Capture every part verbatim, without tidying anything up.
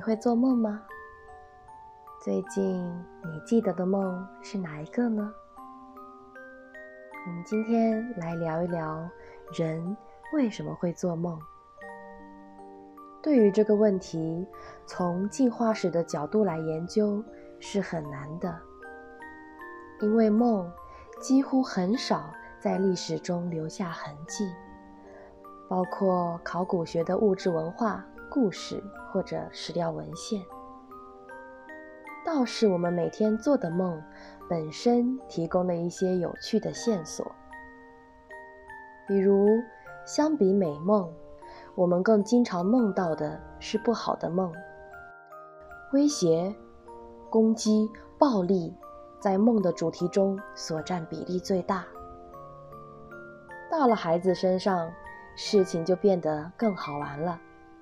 会做梦吗？最近你记得的梦是哪一个呢？我们今天来聊一聊人为什么会做梦。对于这个问题，从进化史的角度来研究是很难的，因为梦几乎很少在历史中留下痕迹，包括考古学的物质文化、故事或者史料文献。倒是我们每天做的梦本身提供了一些有趣的线索，比如相比美梦，我们更经常梦到的是不好的梦。威胁、攻击、暴力在梦的主题中所占比例最大。到了孩子身上，事情就变得更好玩了。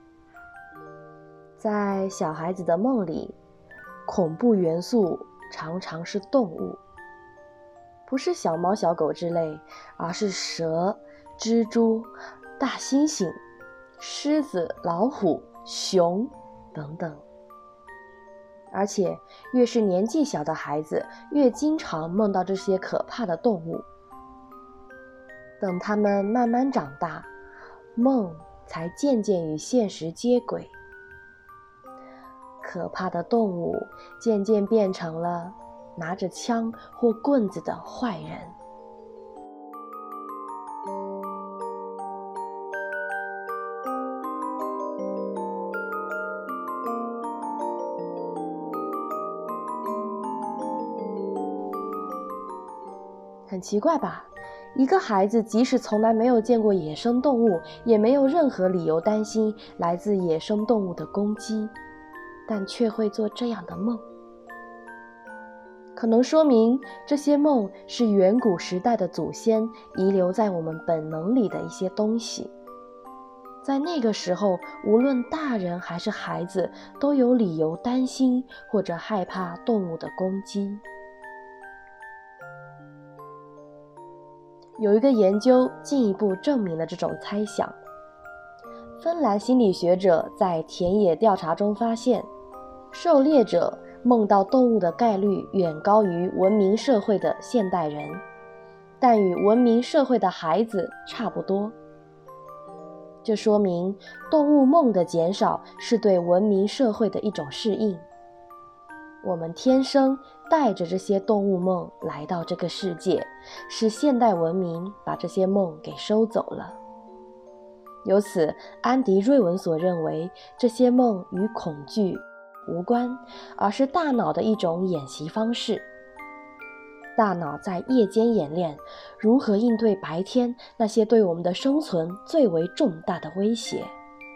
在小孩子的梦里，恐怖元素常常是动物，不是小猫小狗之类，而是蛇、蜘蛛、大猩猩、狮子、老虎、熊等等。而且越是年纪小的孩子，越经常梦到这些可怕的动物。等他们慢慢长大，梦才渐渐与现实接轨。可怕的动物渐渐变成了拿着枪或棍子的坏人。很奇怪吧？一个孩子即使从来没有见过野生动物，也没有任何理由担心来自野生动物的攻击，但却会做这样的梦。可能说明这些梦是远古时代的祖先遗留在我们本能里的一些东西。在那个时候，无论大人还是孩子，都有理由担心或者害怕动物的攻击。有一个研究进一步证明了这种猜想。芬兰心理学者在田野调查中发现，狩猎者梦到动物的概率远高于文明社会的现代人，但与文明社会的孩子差不多。这说明动物梦的减少是对文明社会的一种适应。我们天生带着这些动物梦来到这个世界，是现代文明把这些梦给收走了。由此，安迪·瑞文所认为，这些梦与恐惧无关，而是大脑的一种演习方式。大脑在夜间演练如何应对白天那些对我们的生存最为重大的威胁。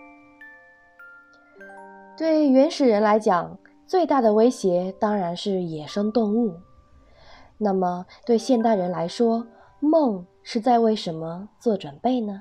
对原始人来讲，最大的威胁当然是野生动物。那么对现代人来说，梦是在为什么做准备呢？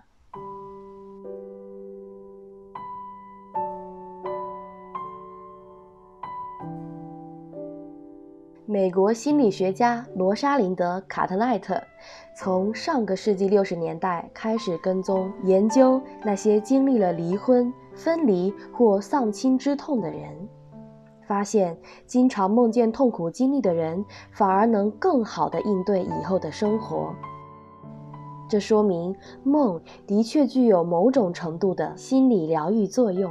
美国心理学家罗莎琳德·卡特奈特从上个世纪六十年代开始跟踪研究那些经历了离婚、分离或丧亲之痛的人，发现经常梦见痛苦经历的人反而能更好地应对以后的生活。这说明梦的确具有某种程度的心理疗愈作用。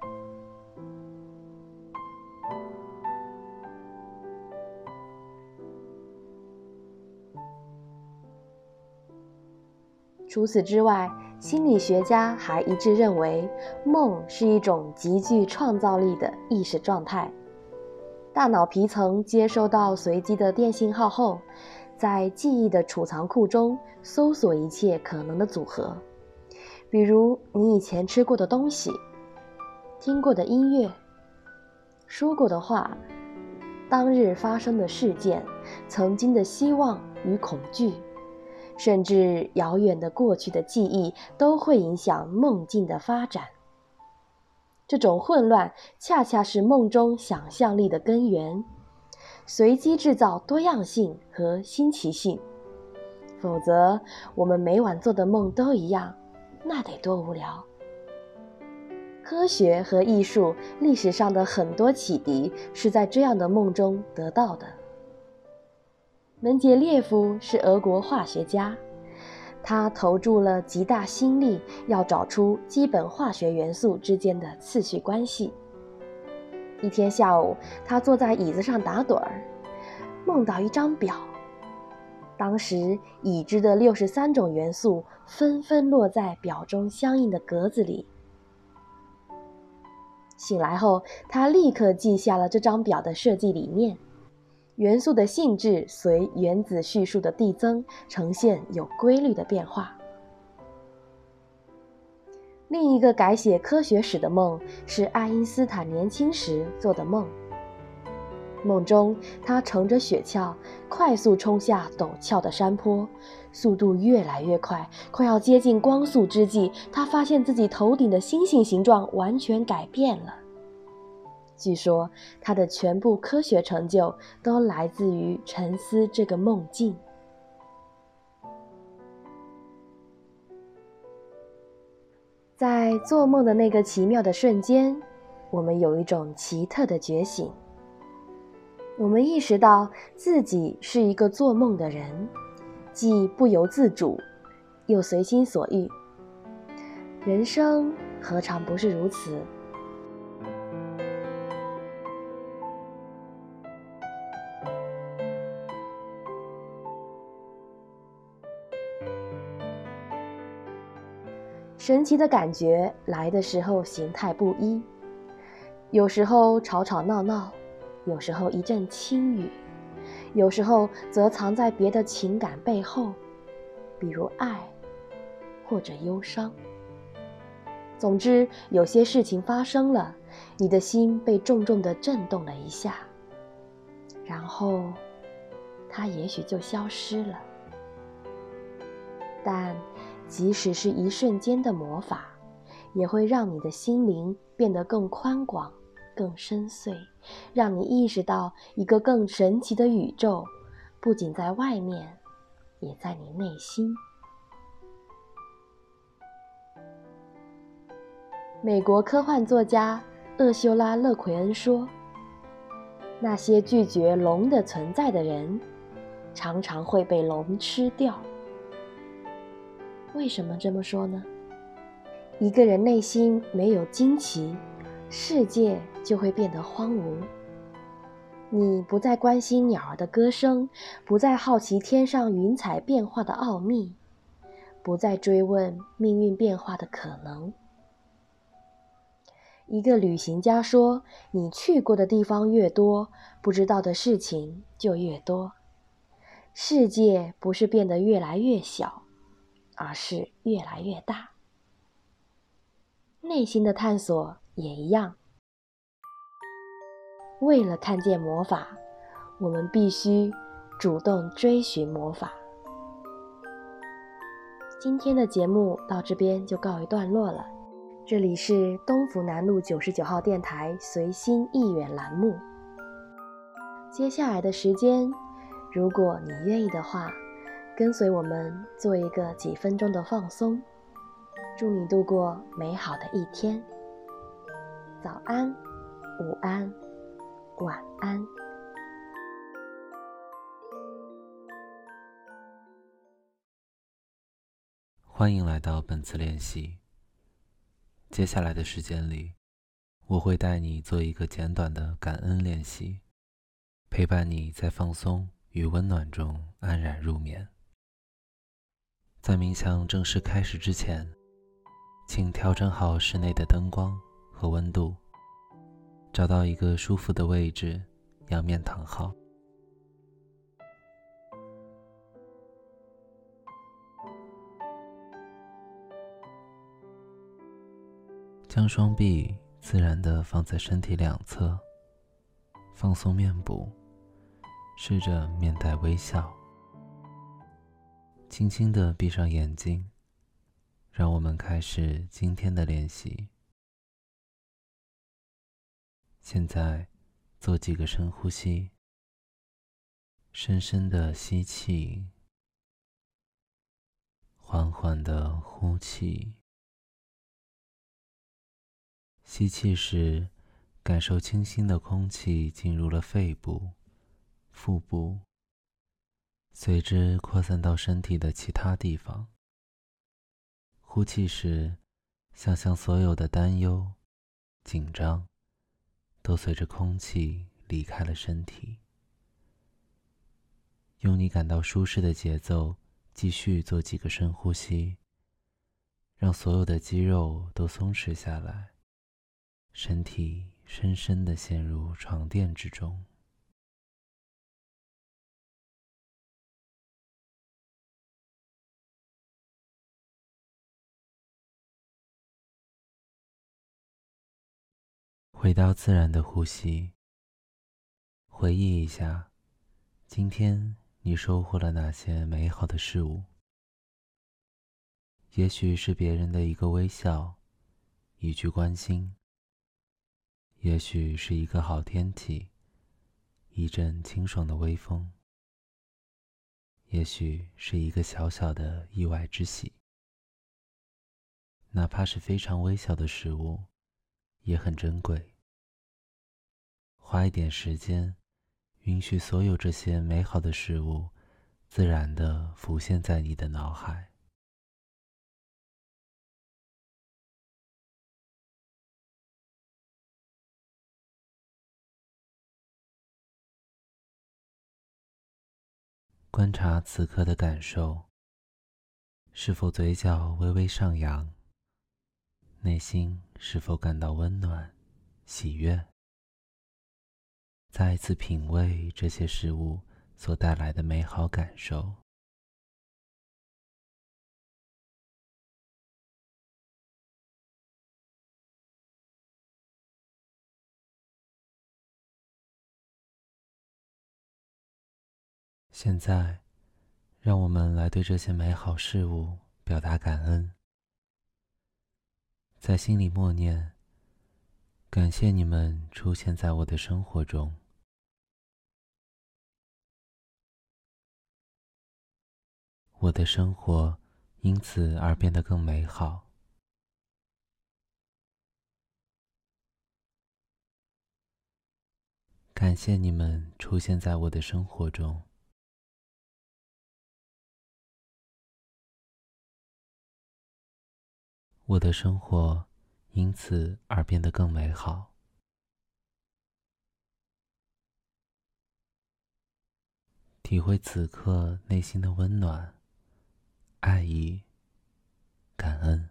除此之外，心理学家还一致认为，梦是一种极具创造力的意识状态。大脑皮层接收到随机的电信号后，在记忆的储藏库中搜索一切可能的组合，比如你以前吃过的东西、听过的音乐、说过的话、当日发生的事件、曾经的希望与恐惧，甚至遥远的过去的记忆都会影响梦境的发展。这种混乱恰恰是梦中想象力的根源，随机制造多样性和新奇性。否则，我们每晚做的梦都一样，那得多无聊。 科学和艺术历史上的很多启迪是在这样的梦中得到的。门捷列夫是俄国化学家，他投注了极大心力，要找出基本化学元素之间的次序关系。一天下午，他坐在椅子上打盹儿，梦到一张表。当时已知的六十三种元素纷纷落在表中相应的格子里。醒来后，他立刻记下了这张表的设计理念：元素的性质随原子序数的递增呈现有规律的变化。另一个改写科学史的梦是爱因斯坦年轻时做的梦。梦中，他乘着雪橇快速冲下陡峭的山坡，速度越来越快，快要接近光速之际，他发现自己头顶的星星形状完全改变了。据说，他的全部科学成就都来自于沉思这个梦境。在做梦的那个奇妙的瞬间，我们有一种奇特的觉醒。我们意识到自己是一个做梦的人，既不由自主，又随心所欲。人生何尝不是如此？神奇的感觉来的时候形态不一，有时候吵吵闹闹，有时候一阵轻语，有时候则藏在别的情感背后，比如爱或者忧伤。总之，有些事情发生了，你的心被重重地震动了一下，然后它也许就消失了。但即使是一瞬间的魔法，也会让你的心灵变得更宽广、更深邃，让你意识到一个更神奇的宇宙，不仅在外面，也在你内心。美国科幻作家厄修拉·勒奎恩说，那些拒绝龙的存在的人，常常会被龙吃掉。为什么这么说呢？一个人内心没有惊奇，世界就会变得荒芜。你不再关心鸟儿的歌声，不再好奇天上云彩变化的奥秘，不再追问命运变化的可能。一个旅行家说，你去过的地方越多，不知道的事情就越多。世界不是变得越来越小，而是越来越大。内心的探索也一样。为了看见魔法，我们必须主动追寻魔法。今天的节目到这边就告一段落了。这里是东福南路九十九号电台随心意远栏目。接下来的时间，如果你愿意的话，跟随我们做一个几分钟的放松。祝你度过美好的一天。早安，午安，晚安。 欢迎来到本次练习。接下来的时间里，我会带你做一个简短的感恩练习，陪伴你在放松与温暖中安然入眠。在冥想正式开始之前，请调整好室内的灯光和温度，找到一个舒服的位置，仰面躺好。将双臂自然地放在身体两侧，放松面部，试着面带微笑。轻轻地闭上眼睛，让我们开始今天的练习。现在做几个深呼吸，深深地吸气，缓缓地呼气。 吸气时，感受清新的空气进入了肺部、腹部，随之扩散到身体的其他地方。呼气时，想象所有的担忧、紧张都随着空气离开了身体。用你感到舒适的节奏继续做几个深呼吸，让所有的肌肉都松弛下来，身体深深地陷入床垫之中。回到自然的呼吸，回忆一下，今天你收获了哪些美好的事物？也许是别人的一个微笑，一句关心；也许是一个好天气，一阵清爽的微风；也许是一个小小的意外之喜。哪怕是非常微小的事物，也很珍贵。花一点时间，允许所有这些美好的事物自然地浮现在你的脑海。观察此刻的感受，是否嘴角微微上扬，内心是否感到温暖、喜悦？再一次品味这些事物所带来的美好感受。现在，让我们来对这些美好事物表达感恩，在心里默念：感谢你们出现在我的生活中。我的生活因此而变得更美好。感谢你们出现在我的生活中。我的生活因此而变得更美好。体会此刻内心的温暖、爱意、感恩。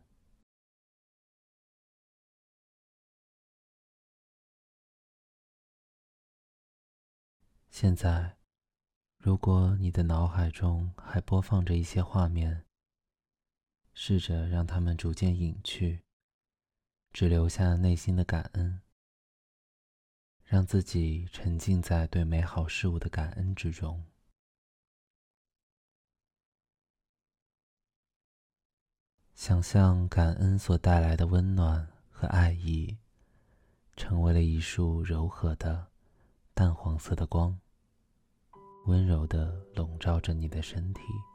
现在，如果你的脑海中还播放着一些画面，试着让它们逐渐隐去，只留下内心的感恩，让自己沉浸在对美好事物的感恩之中。想象感恩所带来的温暖和爱意，成为了一束柔和的淡黄色的光，温柔地笼罩着你的身体。